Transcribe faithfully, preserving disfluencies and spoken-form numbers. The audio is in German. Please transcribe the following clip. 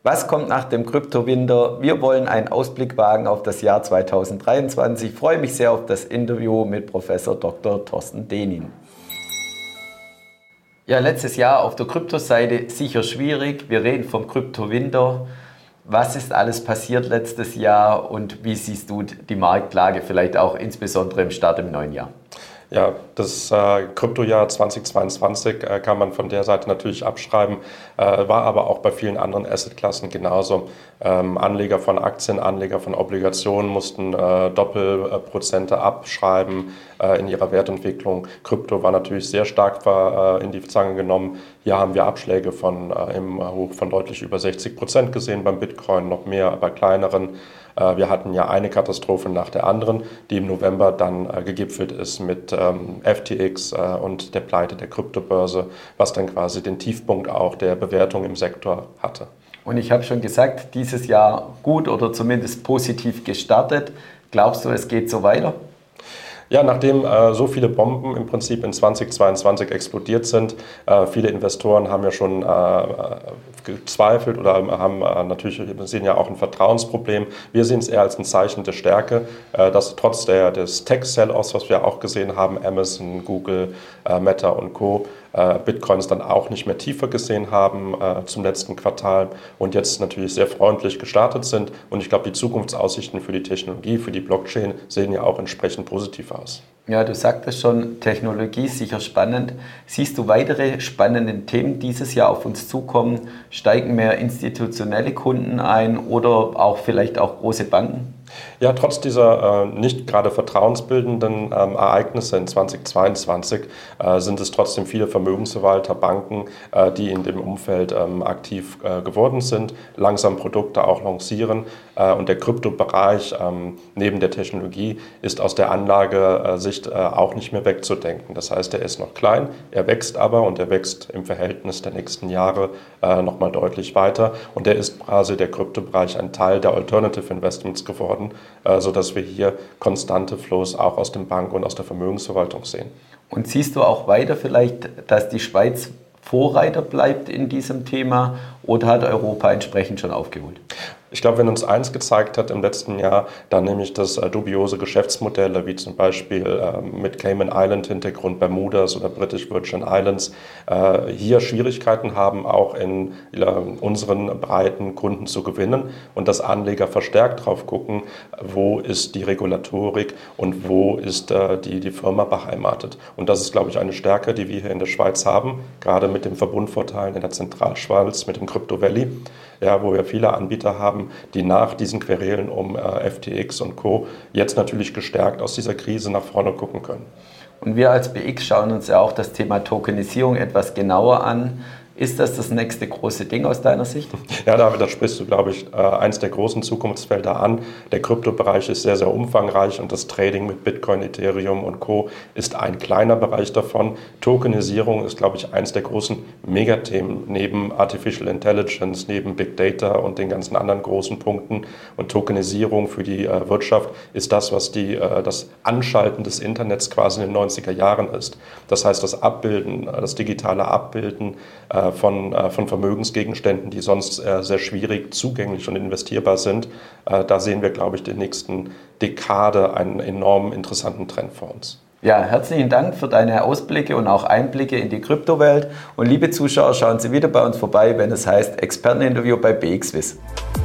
Was kommt nach dem Kryptowinter? Wir wollen einen Ausblick wagen auf das Jahr zweitausenddreiundzwanzig. Ich freue mich sehr auf das Interview mit Professor Doktor Thorsten Dehnin. Ja, letztes Jahr auf der Kryptoseite sicher schwierig. Wir reden vom Kryptowinter. Was ist alles passiert letztes Jahr und wie siehst du die Marktlage vielleicht auch insbesondere im Start im neuen Jahr? Ja, das äh, Kryptojahr zweitausendzweiundzwanzig äh, kann man von der Seite natürlich abschreiben, äh, war aber auch bei vielen anderen Assetklassen genauso. Ähm, Anleger von Aktien, Anleger von Obligationen mussten äh, Doppelprozente abschreiben äh, in ihrer Wertentwicklung. Krypto war natürlich sehr stark äh, in die Zange genommen. Hier haben wir Abschläge von, äh, im Hoch von deutlich über sechzig Prozent gesehen, beim Bitcoin noch mehr bei kleineren. Wir hatten ja eine Katastrophe nach der anderen, die im November dann äh, gegipfelt ist mit ähm, F T X äh, und der Pleite der Kryptobörse, was dann quasi den Tiefpunkt auch der Bewertung im Sektor hatte. Und ich habe schon gesagt, dieses Jahr gut oder zumindest positiv gestartet. Glaubst du, es geht so weiter? Ja, nachdem äh, so viele Bomben im Prinzip in zweitausendzweiundzwanzig explodiert sind, äh, viele Investoren haben ja schon äh, gezweifelt oder haben äh, natürlich, wir sehen ja auch ein Vertrauensproblem. Wir sehen es eher als ein Zeichen der Stärke, äh, dass trotz der, des Tech-Sell-Offs, was wir auch gesehen haben, Amazon, Google, äh, Meta und Co., äh, Bitcoins dann auch nicht mehr tiefer gesehen haben äh, zum letzten Quartal und jetzt natürlich sehr freundlich gestartet sind. Und ich glaube, die Zukunftsaussichten für die Technologie, für die Blockchain sehen ja auch entsprechend positiv aus. Ja, du sagtest schon, Technologie ist sicher spannend. Siehst du weitere spannende Themen dieses Jahr auf uns zukommen? Steigen mehr institutionelle Kunden ein oder auch vielleicht auch große Banken? Ja, trotz dieser äh, nicht gerade vertrauensbildenden ähm, Ereignisse in zweitausendzweiundzwanzig äh, sind es trotzdem viele Vermögensverwalter, Banken, äh, die in dem Umfeld ähm, aktiv äh, geworden sind, langsam Produkte auch lancieren. Äh, und der Kryptobereich ähm, neben der Technologie ist aus der Anlagesicht äh, auch nicht mehr wegzudenken. Das heißt, er ist noch klein, er wächst aber und er wächst im Verhältnis der nächsten Jahre äh, nochmal deutlich weiter. Und der ist quasi der Kryptobereich ein Teil der Alternative Investments geworden, sodass wir hier konstante Flows auch aus dem Bank- und aus der Vermögensverwaltung sehen. Und siehst du auch weiter vielleicht, dass die Schweiz Vorreiter bleibt in diesem Thema oder hat Europa entsprechend schon aufgeholt? Ich glaube, wenn uns eins gezeigt hat im letzten Jahr, dann nämlich, dass äh, dubiose Geschäftsmodelle wie zum Beispiel äh, mit Cayman Island Hintergrund Bermudas oder British Virgin Islands äh, hier Schwierigkeiten haben, auch in äh, unseren breiten Kunden zu gewinnen und dass Anleger verstärkt drauf gucken, wo ist die Regulatorik und wo ist äh, die, die Firma beheimatet. Und das ist, glaube ich, eine Stärke, die wir hier in der Schweiz haben, gerade mit den Verbundvorteilen in der Zentralschweiz, mit dem Crypto Valley, ja, wo wir viele Anbieter haben, die nach diesen Querelen um äh, F T X und Co. jetzt natürlich gestärkt aus dieser Krise nach vorne gucken können. Und wir als B X schauen uns ja auch das Thema Tokenisierung etwas genauer an. Ist das das nächste große Ding aus deiner Sicht? Ja, David, da sprichst du, glaube ich, eins der großen Zukunftsfelder an. Der Kryptobereich ist sehr, sehr umfangreich und das Trading mit Bitcoin, Ethereum und Co. ist ein kleiner Bereich davon. Tokenisierung ist, glaube ich, eins der großen Megathemen neben Artificial Intelligence, neben Big Data und den ganzen anderen großen Punkten. Und Tokenisierung für die äh, Wirtschaft ist das, was die, äh, das Anschalten des Internets quasi in den neunziger Jahren ist. Das heißt, das Abbilden, das digitale Abbilden äh, Von, von Vermögensgegenständen, die sonst sehr schwierig zugänglich und investierbar sind. Da sehen wir, glaube ich, in der nächsten Dekade einen enorm interessanten Trend vor uns. Ja, herzlichen Dank für deine Ausblicke und auch Einblicke in die Kryptowelt. Und liebe Zuschauer, schauen Sie wieder bei uns vorbei, wenn es heißt Experteninterview bei B X Wiss.